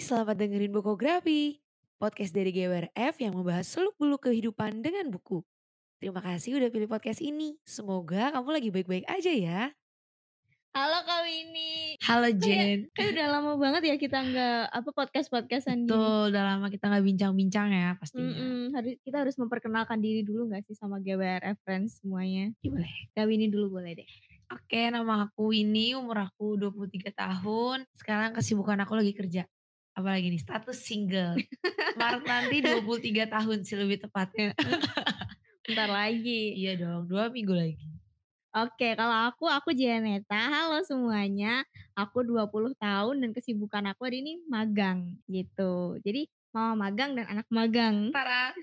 Selamat dengerin Bukografi, podcast dari GWRF yang membahas seluk-beluk kehidupan dengan buku. Terima kasih udah pilih podcast ini. Semoga kamu lagi baik-baik aja ya. Halo Kak Winnie. Halo Kayak Jen. kayak udah lama banget ya kita nggak podcast-podcastan gini. Betul, udah lama kita gak bincang-bincang ya pastinya. Kita harus memperkenalkan diri dulu nggak sih sama GWRF friends semuanya? Iya boleh. Kak Winnie dulu boleh deh. Oke, nama aku Winnie, umur aku 23 tahun. Sekarang kesibukan aku lagi kerja. Apalagi nih, status single. Maret nanti 23 tahun sih lebih tepatnya. Bentar lagi. Iya dong, 2 minggu lagi. Oke, kalau aku Janeta. Halo semuanya. Aku 20 tahun dan kesibukan aku hari ini magang gitu. Jadi mama magang dan anak magang. Tara.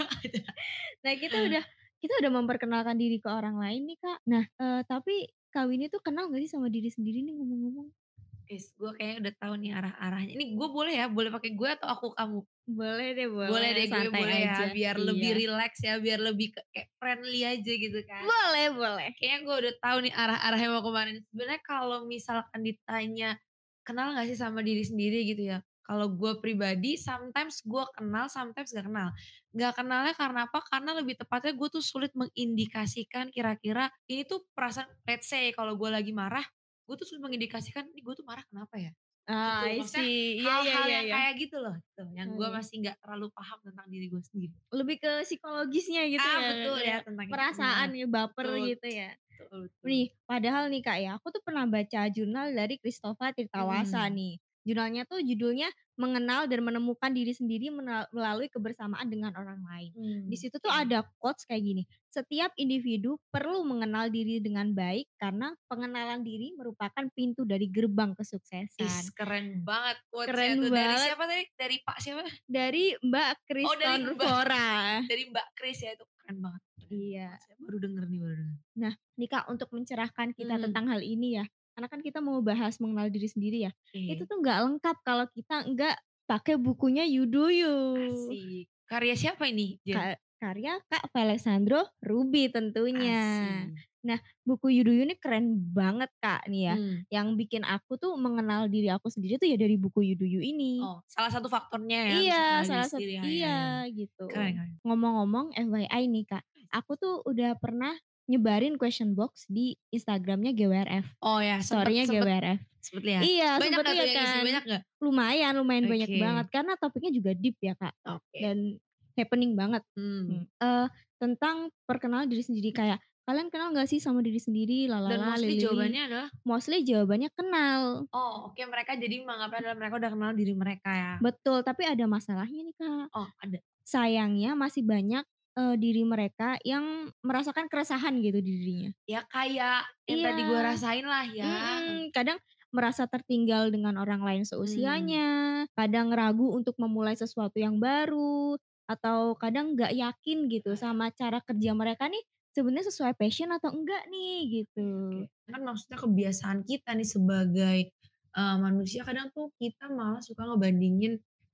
Nah, kita udah memperkenalkan diri ke orang lain nih, Kak. Nah, tapi Kak Winnie tuh kenal gak sih sama diri sendiri nih ngomong-ngomong? Guys, gue kayaknya udah tahu nih arah-arahnya. Ini gue boleh ya, boleh pakai gue atau aku kamu? Boleh deh, Boleh deh gue santai boleh ya, aja. biar lebih Iya. rileks ya, biar lebih kayak friendly aja gitu kan. Boleh. Kayaknya gue udah tahu nih arah-arahnya mau kemana. Sebenarnya kalau misalkan ditanya kenal gak sih sama diri sendiri gitu ya. Kalau gue pribadi, sometimes gue kenal, sometimes gak kenal. Gak kenalnya karena apa? Karena lebih tepatnya gue tuh sulit mengindikasikan kira-kira ini tuh perasaan, let's say kalau gue lagi marah, gue tuh sulit mengindikasikan, ini gue tuh marah kenapa ya? Gitu, I maksudnya see. hal-hal yang Iya. kayak gitu loh, gitu, yang gue Oke. masih nggak terlalu paham tentang diri gue sendiri. Lebih ke psikologisnya gitu ya, Betul ya kayak tentang itunya. perasaan ya, baper Betul, gitu ya. betul. Nih, padahal nih Kak ya, aku tuh pernah baca jurnal dari Christopher Tirtawasa Mhm. nih. Jurnalnya tuh judulnya Mengenal dan Menemukan Diri Sendiri Melalui Kebersamaan dengan Orang Lain. Di situ tuh Oke. ada quotes kayak gini, setiap individu perlu mengenal diri dengan baik karena pengenalan diri merupakan pintu dari gerbang kesuksesan. Keren banget quotes-nya Keren tuh. Dari banget, siapa tadi? Dari Pak siapa? dari Mbak Oh Kriston Nurvora. dari Mbak Kris ya, itu keren banget. Keren. Iya. Saya baru denger nih, baru denger. Nah, nih Kak, untuk mencerahkan kita Mhm, tentang hal ini ya, karena kan kita mau bahas mengenal diri sendiri ya, itu oke. tuh nggak lengkap kalau kita nggak pakai bukunya You Do You. Asik. Karya siapa ini, Jen? Karya Kak Alexandro Ruby tentunya. Asik. Nah, buku You Do You ini keren banget Kak nih ya, Mmm. yang bikin aku tuh mengenal diri aku sendiri tuh ya dari buku You Do You ini. Oh, salah satu faktornya ya bisa Iya, kenal diri salah satu sendiri. Ya. iya, Keren gitu. keren. Ngomong-ngomong FYI nih Kak, aku tuh udah pernah nyebarin question box di Instagramnya GWRF, Oh ya, sempet story-nya sempet GWRF. sempet lihat. Iya, Banyak sempet nggak tuh lihat yang ngisi, kan. banyak nggak? Lumayan banyak banget Oke, karena topiknya juga deep ya Kak, oke. dan happening banget. Mmm. Tentang perkenalan diri sendiri kayak, "Kalian kenal nggak sih sama diri sendiri? Dan Lalala, mostly lilili." jawabannya adalah, Mostly jawabannya kenal. oh oke, mereka jadi menganggapnya adalah mereka udah kenal diri mereka ya? Betul, tapi ada masalahnya nih Kak. Oh ada? Sayangnya masih banyak, diri mereka yang merasakan keresahan gitu di dirinya. Ya kayak yang tadi gue Iya, rasain lah ya. kadang merasa tertinggal dengan orang lain Mmm, seusianya, kadang ragu untuk memulai sesuatu yang baru, atau kadang nggak yakin gitu sama cara kerja mereka nih sebenarnya sesuai passion atau enggak nih oke. gitu. Kan maksudnya kebiasaan kita nih sebagai, manusia kadang tuh kita malah suka ngebandingin,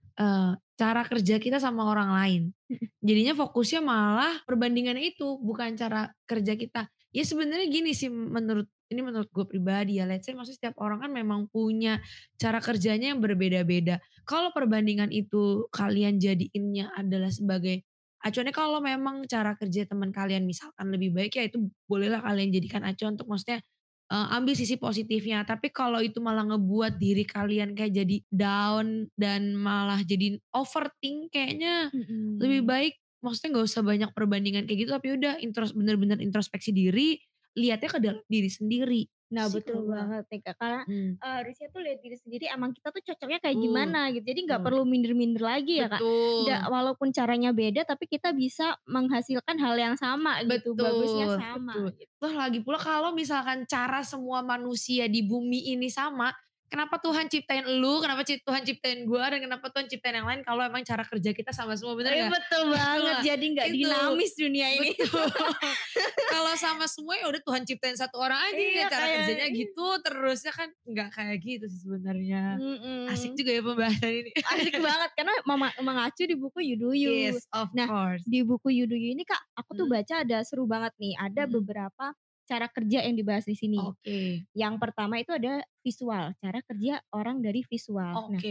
cara kerja kita sama orang lain. Jadinya fokusnya malah perbandingannya itu, bukan cara kerja kita. Ya sebenarnya gini sih menurut gue pribadi ya, let's say maksudnya setiap orang kan memang punya cara kerjanya yang berbeda-beda. Kalau perbandingan itu kalian jadiinnya adalah sebagai acuannya, kalau memang cara kerja teman kalian misalkan lebih baik, ya itu bolehlah kalian jadikan acuan untuk maksudnya, ambil sisi positifnya. Tapi kalau itu malah ngebuat diri kalian kayak jadi down dan malah jadi overthink, kayaknya lebih Mhm. baik maksudnya nggak usah banyak perbandingan kayak gitu, tapi udah bener-bener introspeksi diri, lihatnya ke dalam diri sendiri. Nah, Sih betul kalau gua. banget nih, Kak, karena, Mhm, harusnya tuh lihat diri sendiri emang kita tuh cocoknya kayak betul, gimana gitu, jadi nggak betul, perlu minder-minder lagi ya, Kak. betul, Walaupun caranya beda tapi kita bisa menghasilkan hal yang sama gitu, bagusnya betul, sama betul. gitu. Toh lagi pula kalau misalkan cara semua manusia di bumi ini sama, kenapa Tuhan ciptain elu, kenapa Tuhan ciptain gua, dan kenapa Tuhan ciptain yang lain kalau emang cara kerja kita sama semua, bener nggak? Betul Itu banget, lah, jadi nggak itu, dinamis dunia ini. betul. Kalau sama semua ya udah Tuhan ciptain satu orang aja ya Iya, cara kayak kerjanya gitu terus, ya kan nggak kayak gitu sih sebenarnya. Asik mhm. juga ya pembahasan ini. Asik banget karena mengacu di buku You Do You. Yes, of Nah, course. di buku You Do You ini Kak, aku tuh Mhm, baca ada seru banget nih, ada mhm. beberapa cara kerja yang dibahas di sini. Oke, Yang pertama itu ada visual, cara kerja orang dari visual. Nah, oke.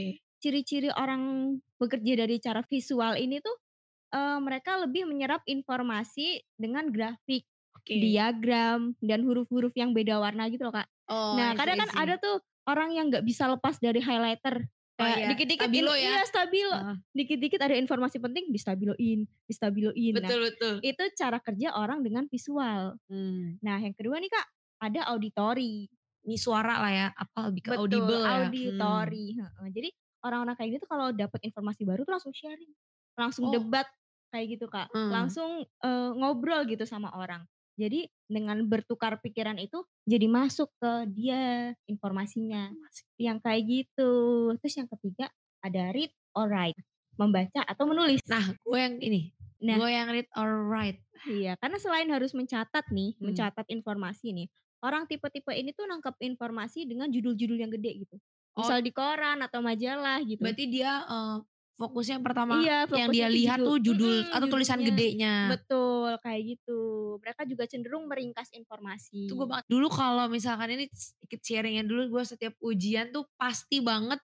ciri-ciri orang bekerja dari cara visual ini tuh, mereka lebih menyerap informasi dengan grafik, Oke. diagram, dan huruf-huruf yang beda warna gitu loh, Kak. Oh, Nah, I kadang see I kan ada see. tuh orang yang nggak bisa lepas dari highlighter, Oh kayak iya, dikit-dikit stabilo ya? iya stabilo, Heeh, dikit-dikit ada informasi penting distabiloin distabiloin. Nah, betul betul. itu cara kerja orang dengan visual. Mmm, Nah, yang kedua nih, Kak, ada auditori. ini suara lah ya, apa, lebih ke Betul, audible ya? auditori, heeh. Jadi orang-orang kayak gitu kalau dapat informasi baru tuh langsung sharing, langsung Oh, debat kayak gitu, Kak. heeh. Langsung, ngobrol gitu sama orang. Jadi dengan bertukar pikiran itu jadi masuk ke dia informasinya, yang kayak gitu. Terus yang ketiga ada read or write, membaca atau menulis. Nah, gue yang ini, Nah, gue yang read or write. iya, karena selain harus mencatat nih, Mmm. mencatat informasi nih, orang tipe-tipe ini tuh nangkep informasi dengan judul-judul yang gede gitu. Oh, Misal di koran atau majalah gitu. berarti dia, fokusnya yang pertama Iya, yang dia fokusnya ke lihat judul tuh judul atau tulisan judulnya. gedenya. Betul, kayak gitu. Mereka juga cenderung meringkas Itu gue informasi. banget. Dulu kalau misalkan ini sedikit sharing-nya dulu, gue setiap ujian tuh pasti banget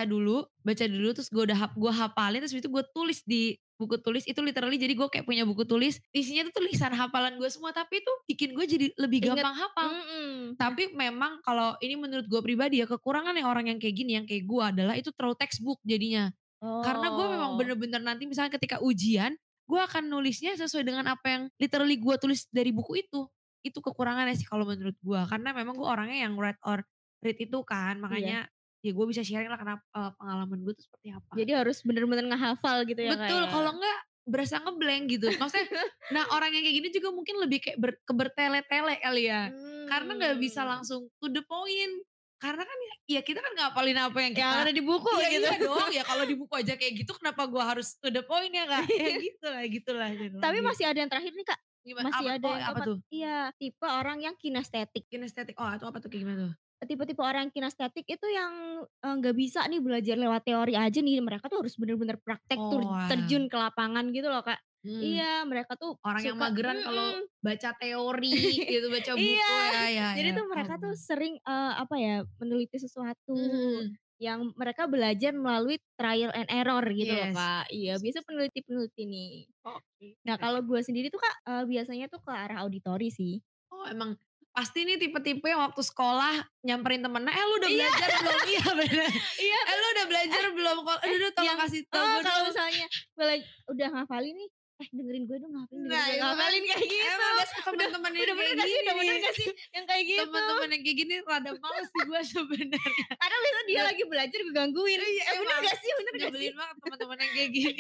baca dulu terus gue hafalin terus itu gue tulis di buku tulis itu literally jadi gue kayak punya buku tulis, isinya tuh tulisan hafalan gue semua tapi itu bikin gue jadi lebih Inget gampang hafal. nah Tapi memang kalau ini menurut gue pribadi ya kekurangan orang yang kayak gini, yang kayak gue adalah itu terlalu textbook jadinya. Karena gue memang oh, bener-bener nanti misalnya ketika ujian, gue akan nulisnya sesuai dengan apa yang literally gue tulis dari buku itu. Itu kekurangannya sih kalau menurut gue, karena memang gue orangnya yang write or read itu kan, iya. makanya ya gue bisa sharing lah kenapa pengalaman gue tuh seperti apa. Jadi harus bener-bener ngehafal gitu ya, Kak, Betul, ya? kalau enggak berasa nge-blank gitu. Maksudnya nah orang yang kayak gini juga mungkin lebih kayak bertele-tele kali ya, karena nggak bisa Mmm. langsung to the point. Karena kan ya kita kan ngapalin apa yang Yang kita ada di buku iya gitu. iya dong, ya kalau di buku aja kayak gitu kenapa gua harus to the point ya Kak, ya gitulah kurang Tapi lebih. masih ada yang terakhir nih, Kak, Gimana masih apa ada oh yang apa keempat tuh? iya, tipe orang yang kinestetik. Kinestetik, oh itu apa tuh kayak gimana tuh? Tipe-tipe orang yang kinestetik itu yang, nggak bisa nih belajar lewat teori aja nih, mereka tuh harus bener-bener praktek Oh wah, terjun ke lapangan gitu loh, Kak. mhm, Iya, mereka tuh orang yang suka mageran kalau baca teori gitu, baca buku iya, ya, jadi tuh oh, mereka tuh sering, apa ya, meneliti mhm sesuatu mhm, yang mereka belajar melalui trial and error gitu loh, yes. Kak. Iya, biasa peneliti-peneliti nih. Oke, Nah, keren kalau keren. gue sendiri tuh, Kak, biasanya tuh ke arah auditori sih. Oh emang pasti nih tipe-tipe yang waktu sekolah nyamperin temennya, "Eh lu udah Iya, belajar belum?" Iya bener, iya. "Eh lu udah belajar belum kok? Aduh duh tolong Yang kasih tau gue kalau dong." misalnya udah ngafalin nih, dengerin gue dong ngafalin Nah gue itu kan, ngafalin kayak gitu. emang dasar temen-temen yang Udah bener kayak gak sih gini udah bener nih, gak sih yang kayak gitu? temen-temen yang kayak gini rada males sih gue sebenarnya. Karena biasa dia Dan lagi belajar gue gangguin. iya Bener emang, gak sih bener gak sih? nyebelin banget teman-teman yang kayak gini.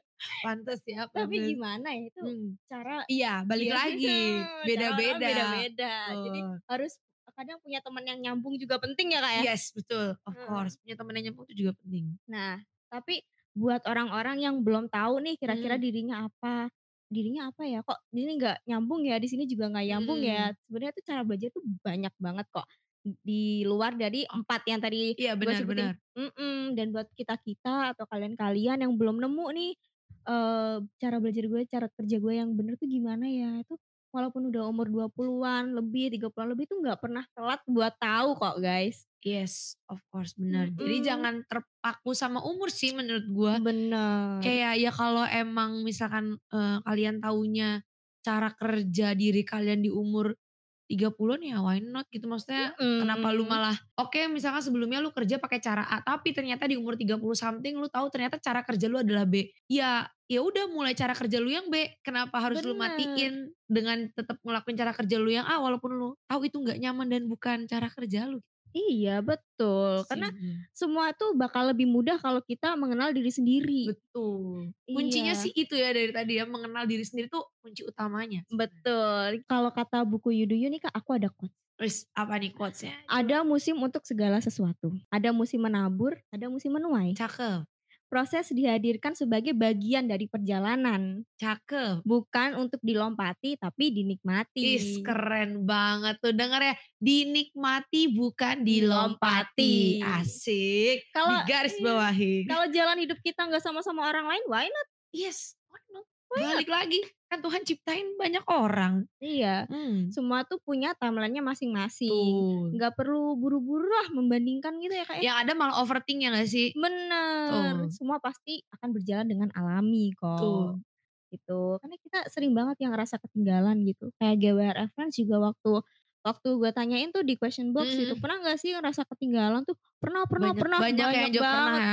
Pantes ya, Tapi pantes. gimana ya itu Mhm. cara Iya balik iya lagi, cara orang beda-beda. beda-beda. Jadi Betul. harus kadang punya teman yang nyambung juga penting ya, Kak, ya? Yes betul, of Heeh. course punya temen yang nyambung itu juga penting. Nah, tapi buat orang-orang yang belum tahu nih kira-kira Mhm, dirinya apa ya, kok ini nggak nyambung ya, di sini juga nggak nyambung ya. mhm. Sebenarnya tuh cara belajar tuh banyak banget kok, di luar dari Oh, 4 yang tadi iya gue benar sebutin benar. dan buat kita-kita atau kalian-kalian yang belum nemu nih, cara belajar gue, cara kerja gue yang bener tuh gimana ya, itu walaupun udah umur 20-an lebih, 30-an lebih tuh nggak pernah telat buat tahu kok, guys. Yes, of course, benar. Jadi Mhm, jangan terpaku sama umur sih menurut gua. bener. Kayak ya kalau emang misalkan, kalian taunya cara kerja diri kalian di umur 30-an ya why not gitu. Maksudnya kenapa lu Mhm. malah oke misalkan sebelumnya lu kerja pakai cara A, tapi ternyata di umur 30 something lu tahu ternyata cara kerja lu adalah B. Ya ya udah mulai cara kerja lu yang B, kenapa harus lu Bener. matiin dengan tetap ngelakuin cara kerja lu yang A walaupun lu tahu itu nggak nyaman dan bukan cara kerja lu. Iya, betul. Sih Karena gue. semua tuh bakal lebih mudah kalau kita mengenal diri sendiri. Betul. Kuncinya Iya, sih itu ya dari tadi ya, mengenal diri sendiri tuh kunci utamanya sebenarnya. betul. Kalau kata buku Yuduyu nih, Kak, aku ada quotes. Wis, apa nih quotes-nya? Coba. Ada musim untuk segala sesuatu. Ada musim menabur, ada musim menuai. Cakep Proses dihadirkan sebagai bagian dari perjalanan, cakep. bukan untuk dilompati tapi dinikmati. Keren banget tuh denger ya, dinikmati bukan dilompati. Dilompati. Asik, Kalau digaris iya, bawahi. kalau jalan hidup kita nggak sama-sama orang lain, why not? Yes, why not? Why not? Balik lagi, Kan Tuhan ciptain banyak orang. Iya, Mhm, semua tuh punya timeline-nya masing-masing, betul. nggak perlu buru-buru lah membandingkan gitu ya, Kak, ya. Yang ada malah overthink ya nggak sih? Bener, Tuh, semua pasti akan berjalan dengan alami kok, betul. gitu. Karena kita sering banget yang ngerasa ketinggalan gitu, kayak GWR Friends juga waktu waktu gue tanyain tuh di question box Mhm itu, mhm. "Pernah nggak sih ngerasa ketinggalan?" tuh, "Pernah pernah Banyak pernah, banyak yang banyak jawab pernah banget." ya.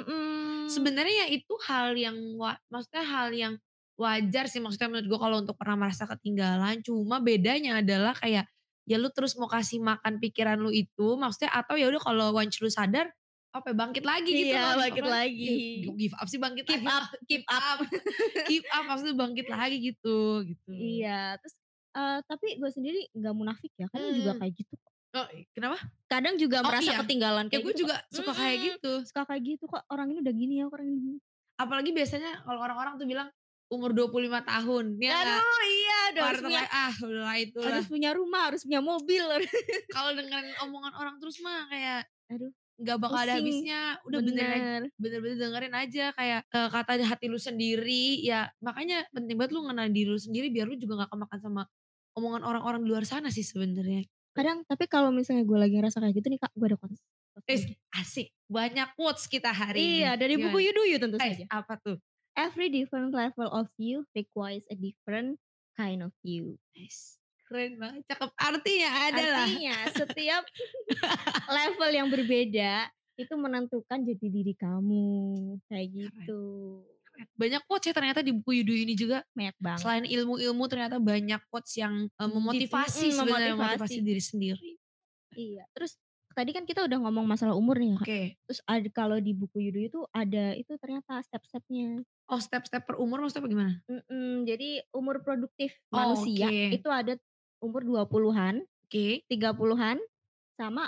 Mhm, Sebenarnya ya itu hal yang maksudnya hal yang wajar sih maksudnya menurut gue kalau untuk pernah merasa ketinggalan, cuma bedanya adalah kayak, ya lu terus mau kasih makan pikiran lu itu maksudnya atau ya udah kalau once lu sadar, apa ya, bangkit lagi gitu iya loh, give up bangkit lagi lagi, give up sih bangkit keep lagi up mah, keep keep up. up keep up maksudnya bangkit lagi gitu, gitu. Iya, terus, tapi gue sendiri nggak munafik ya, kadang juga Mmm, kayak gitu kok. oh kenapa? Kadang juga Oh merasa iya, ketinggalan ya kayak gue gitu kok. juga suka kayak gitu. Suka kayak gitu kok, orang ini udah gini ya, orang ini gini. Apalagi biasanya kalau orang-orang tuh bilang umur 25 tahun, ya nggak? Aduh iya, udah Quarter life udahlah itulah. harus punya rumah, harus punya mobil. Kalau dengerin omongan orang terus mah kayak Aduh, nggak bakal ada pusing. habisnya. Udah Bener. bener-bener dengerin aja kayak, kata hati lu sendiri, ya makanya penting banget lu ngenalin diri lu sendiri biar lu juga nggak kemakan sama omongan orang-orang di luar sana sih sebenarnya. Kadang tapi kalau misalnya gue lagi ngerasa kayak gitu nih Kak, gue ada quotes gini. Asik, banyak quotes kita hari ini. Iya, dari buku Gimana? Yuduyu tentu saja. Apa tuh? "Every different level of you requires a different kind of you." Keren banget, cakep. Artinya adalah Artinya setiap level yang berbeda itu menentukan jati diri kamu, kayak keren. gitu. Banyak quotes ya ternyata di buku Yudu ini juga. Banyak banget. Selain ilmu-ilmu ternyata banyak quotes yang, memotivasi sebenarnya, Memotivasi. memotivasi diri sendiri. Iya, terus tadi kan kita udah ngomong masalah umur nih ya, Kak. Oke. Terus kalau di buku Yudu itu ada itu ternyata step-stepnya. Oh step-step per umur maksudnya apa gimana? Jadi umur produktif Oh manusia oke. itu ada umur 20-an, Oke. 30-an, sama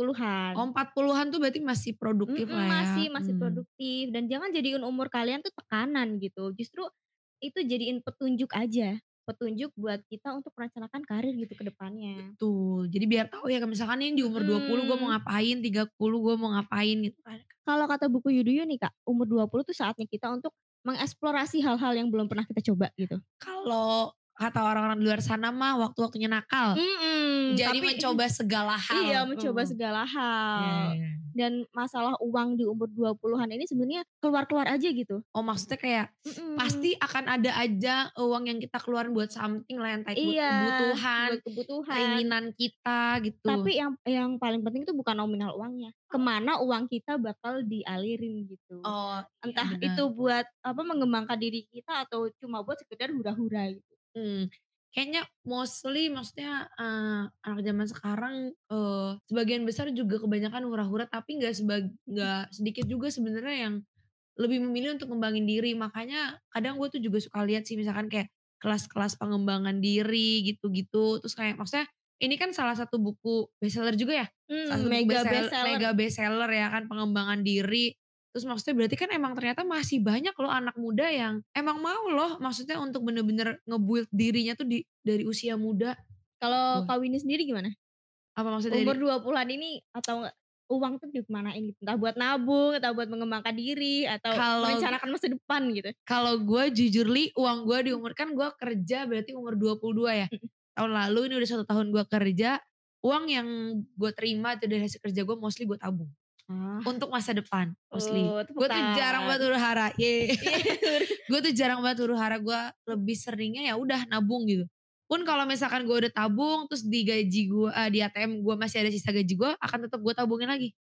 Oh 40-an. 40-an tuh berarti masih produktif lah ya? Masih produktif dan jangan jadiin umur kalian tuh tekanan gitu, justru itu jadiin petunjuk aja, petunjuk buat kita untuk merencanakan karir gitu ke depannya. Betul. Jadi biar tahu ya misalkan nih di umur 20 gue mau Mhm. ngapain, 30 gue mau ngapain gitu kan. Kalau kata buku Yudhoyo nih Kak, umur 20 tuh saatnya kita untuk mengeksplorasi hal-hal yang belum pernah kita coba gitu. Kalau kata orang-orang di luar sana mah waktu-waktunya nakal. Jadi Tapi mencoba segala iya, hal. mencoba segala Iya hal. iya. Dan masalah uang di umur 20-an ini sebenarnya keluar-keluar aja gitu. Oh maksudnya kayak, Mhm. pasti akan ada aja uang yang kita keluarin buat something lah, entah itu buat Iya, buat kebutuhan, kebutuhan. keinginan kita gitu. Tapi yang paling penting itu bukan nominal uangnya, kemana uang kita bakal dialirin gitu. Oh iya Entah benar. itu buat, mengembangkan diri kita atau cuma buat sekedar hura-hura gitu. Mmm, kayaknya mostly maksudnya, anak zaman sekarang, sebagian besar juga kebanyakan hura-hura tapi nggak sedikit juga sebenarnya yang lebih memilih untuk ngembangin diri. Makanya kadang gue tuh juga suka lihat sih misalkan kayak kelas-kelas pengembangan diri gitu-gitu, terus kayak maksudnya ini kan salah satu buku bestseller juga ya? Salah satu buku Mega bestseller. mega bestseller ya kan pengembangan diri. Terus maksudnya berarti kan emang ternyata masih banyak loh anak muda yang emang mau loh maksudnya untuk bener-bener nge-build dirinya tuh dari usia muda Kalau tuh. Kak Winnie sendiri gimana? Apa maksudnya Umur 20-an ini atau uang tuh dikemanain gitu? Entah buat nabung, entah buat mengembangkan diri, atau kalau merencanakan masa depan gitu? Kalau gue jujur uang gue di umur kan gue kerja berarti umur 22 ya. Mhm. Tahun lalu ini udah 1 tahun gue kerja, uang yang gue terima itu dari hasil kerja gue mostly gue tabung. Ah, Untuk masa depan mostly. oh tepuk Gue tuh jarang tangan. banget huru-hara, Iya, gue tuh jarang banget huru-hara, gue lebih seringnya ya udah nabung gitu. Pun kalau misalkan gue udah tabung terus di gaji gue, di ATM gue masih ada sisa gaji gue akan tetap gue tabungin lagi.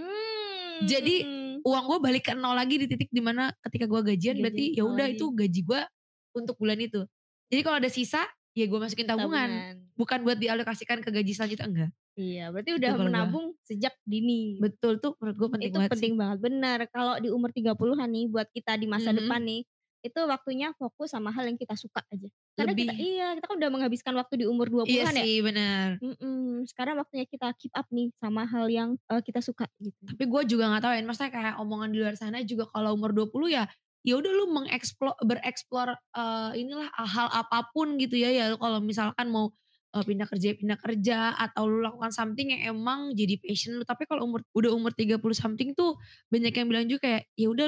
Jadi Mmm, uang gue balik ke nol lagi di titik dimana ketika gue gajian digajiin berarti ya nol udah lagi, itu gaji gue untuk bulan itu. Jadi kalau ada sisa, ya gue masukin tabungan, tabungan. bukan buat dialokasikan ke gaji selanjutnya, enggak. Iya, berarti Gitu udah kalau gue. menabung sejak dini. Betul tuh menurut gue penting Itu banget sih. penting banget, bener. Kalau di umur 30-an nih, buat kita di masa depan Mhm, nih, itu waktunya fokus sama hal yang kita suka aja. Karena kita lebih iya, kita kan udah menghabiskan waktu di umur iya 20-an ya. sih bener. Sekarang waktunya kita keep up nih sama hal yang, kita suka gitu. Tapi gue juga nggak tahu ya, maksudnya kayak omongan di luar sana juga kalau umur 20 ya, ya udah lu bereksplor, inilah hal apapun gitu ya, ya kalau misalkan mau, pindah kerja atau lu lakukan something yang emang jadi passion lu. Tapi kalau udah umur 30 something tuh banyak yang bilang juga kayak, ya udah lu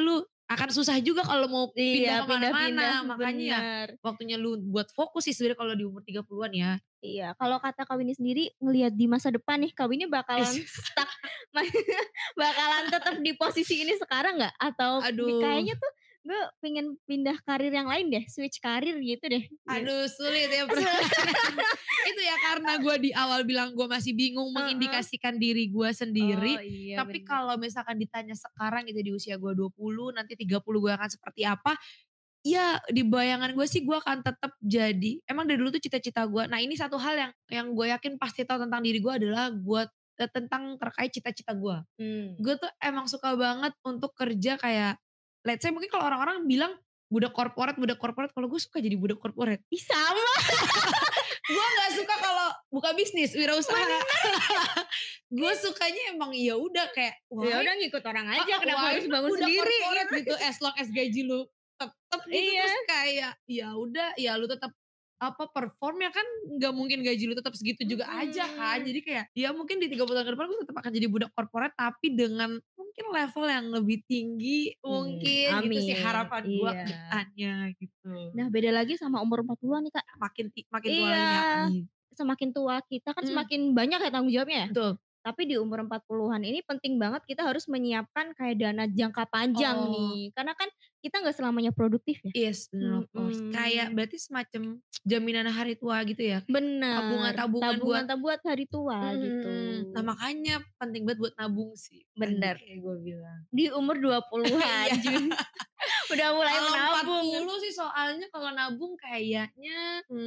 akan susah juga kalau mau Iya, pindah pindah-pindah, kemana-mana. Makanya ya bener. waktunya lu buat fokus sih sebenarnya kalau di umur 30-an ya. Iya, kalau kata Kak Winnie sendiri ngelihat di masa depan nih, Kak Winnie Is bakalan stuck bakalan tetap di posisi ini sekarang nggak? Atau aduh kayaknya tuh gue pengen pindah karir yang lain deh, switch karir gitu deh, gitu. aduh sulit ya pertanyaannya. Itu ya karena gue di awal bilang gue masih bingung Heeh. mengindikasikan diri gue Oh, sendiri. iya Tapi bener. kalau misalkan ditanya sekarang gitu di usia gue 20, nanti 30 gue akan seperti apa, ya di bayangan gue sih gue akan tetap jadi emang dari dulu tuh cita-cita gue nah ini satu hal yang gue yakin pasti tahu tentang diri gue adalah tentang terkait cita-cita gue. Mmm. Gue tuh emang suka banget untuk kerja kayak let's say mungkin kalau orang-orang bilang budak korporat, kalau gue suka jadi budak korporat. Ih, sama. Gue nggak suka kalau buka bisnis, wirausaha. Bener. Gue sukanya emang ya udah kayak Ya why udah ngikut orang aja, kenapa why harus not bangun budak sendiri korporat gitu. gitu as long as gaji lu tetep gitu Iya. terus kayak ya udah ya lu tetap apa perform ya kan nggak mungkin gaji lu tetap segitu juga aja kan. Mhm. Jadi kayak ya mungkin di 30 tahun ke depan gue tetap akan jadi budak korporat tapi dengan mungkin level yang lebih tinggi mungkin gitu sih Amin, harapan gue ke iya. depannya gitu. Nah, beda lagi sama umur 40-an nih, Kak. Makin tua Iya, lagi nih apa nih? semakin tua kita kan Mhm, semakin banyak ya tanggung jawabnya ya. betul. Tapi di umur 40-an ini penting banget kita harus menyiapkan kayak dana jangka panjang Oh. nih, karena kan kita nggak selamanya produktif ya. Yes, bener of course. Kayak Mhm, berarti semacam jaminan hari tua gitu ya? bener, Tabungan-tabungan buat tabungan buat hari tua gitu. Nah makanya penting banget buat nabung sih, tadi Bener, kayak gue bilang. di umur 20-an Iya, Jun, udah mulai kalau menabung. 40 sih soalnya kalau nabung kayaknya,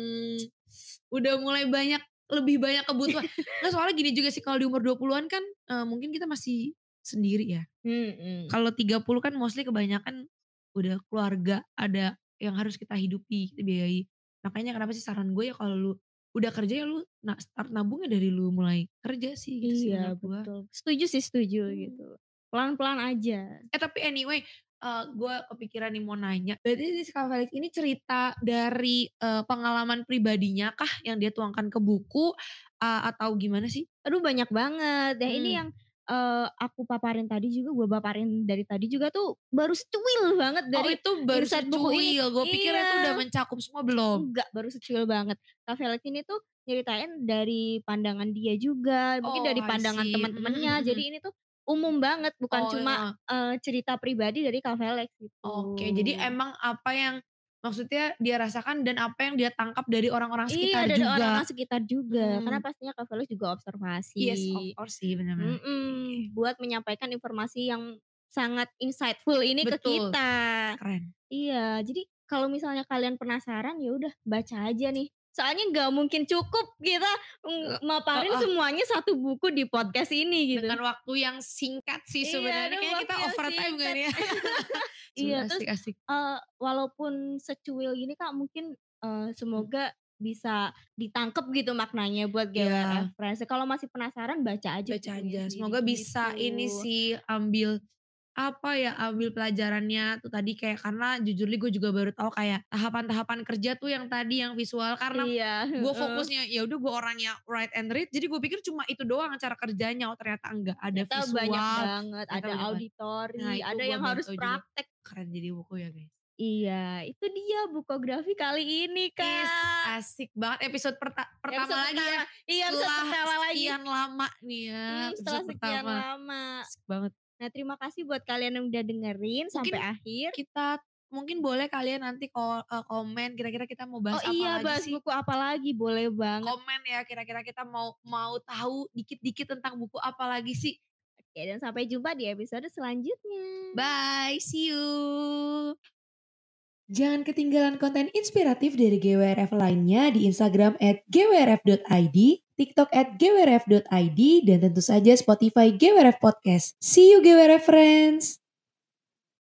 udah mulai banyak lebih banyak kebutuhan. Nggak soalnya gini juga sih kalau di umur 20-an kan, mungkin kita masih sendiri ya. Mhm, Kalau 30 kan mostly kebanyakan udah keluarga, ada yang harus kita hidupi, kita biayai. Makanya kenapa sih saran gue ya kalau lu udah kerja ya lu start nabungnya dari lu mulai kerja sih gitu sih iya menurut gue. betul, setuju sih, setuju Mmm. gitu. Pelan-pelan aja. Tapi anyway, gue kepikiran nih mau nanya, berarti si Kak Felix ini cerita dari, pengalaman pribadinya kah yang dia tuangkan ke buku, atau gimana sih? Aduh banyak banget, ya ini Mhm. yang, aku paparin tadi juga, gue paparin dari tadi juga tuh baru secuil banget Oh dari itu baru insight buku ini. secuil, gue pikir itu udah Iya, mencakup semua belum? enggak, baru secuil banget. Kak Felix ini tuh nyeritain dari pandangan dia juga, mungkin Oh dari I pandangan see, mhm teman-temannya, mhm jadi mhm. ini tuh umum banget, bukan Oh cuma, ya, cerita pribadi dari Kak Felix gitu. oke jadi emang apa yang maksudnya dia rasakan dan apa yang dia tangkap dari orang-orang Iya, sekitar dari juga? orang-orang sekitar juga, karena Mmm, pastinya Kak Felix juga yes of observasi. course sih, bener bener, oke oke. Buat menyampaikan informasi yang sangat insightful ini ke Betul, kita. keren. Iya, jadi kalau misalnya kalian penasaran, ya udah baca aja nih. Soalnya nggak mungkin cukup kita, maparin Heeh, semuanya satu buku di podcast ini gitu. dengan waktu yang singkat sih Iya, sebenarnya aduh kayaknya waktu kita yang overtime singkat. kali ya. Iya, Sebenernya terus, asik asik. walaupun secuil gini Kak, mungkin, Mhm, semoga bisa ditangkep gitu maknanya buat iya, GWRF Friends. Kalau masih penasaran baca aja baca bukunya aja sendiri semoga bisa ini gitu. sih ambil apa ya, ambil pelajarannya tuh tadi kayak karena jujur nih gue juga baru tahu kayak tahapan-tahapan kerja tuh yang tadi yang visual karena Iya, gue heeh. fokusnya ya udah gue orangnya write and read jadi gue pikir cuma itu doang cara kerjanya, oh ternyata enggak ada Ternyata banyak visual, banget, ternyata ada banyak banget. Nah auditori, itu ada gue yang baru harus tahu juga, praktek. keren jadi buku ya guys. Iya, itu dia bukografi kali ini, Kak. Asik banget episode pertama Episode lagi ya, pertama, iya episode setelah pertama lagi. sekian lama nih ya Setelah episode sekian pertama, lama. asik banget. Nah, terima kasih buat kalian yang udah dengerin Mungkin sampai akhir. kita mungkin boleh kalian nanti komen kira-kira kita mau Oh bahas apa iya, lagi bahas sih? buku apa lagi? Boleh banget. Komen ya kira-kira kita mau mau tahu dikit-dikit tentang buku apa lagi sih? Oke, dan sampai jumpa di episode selanjutnya. Bye, see you. Jangan ketinggalan konten inspiratif dari GWRF lainnya di Instagram @gwrf.id, TikTok @gwrf.id, dan tentu saja Spotify GWRF Podcast. See you GWRF friends!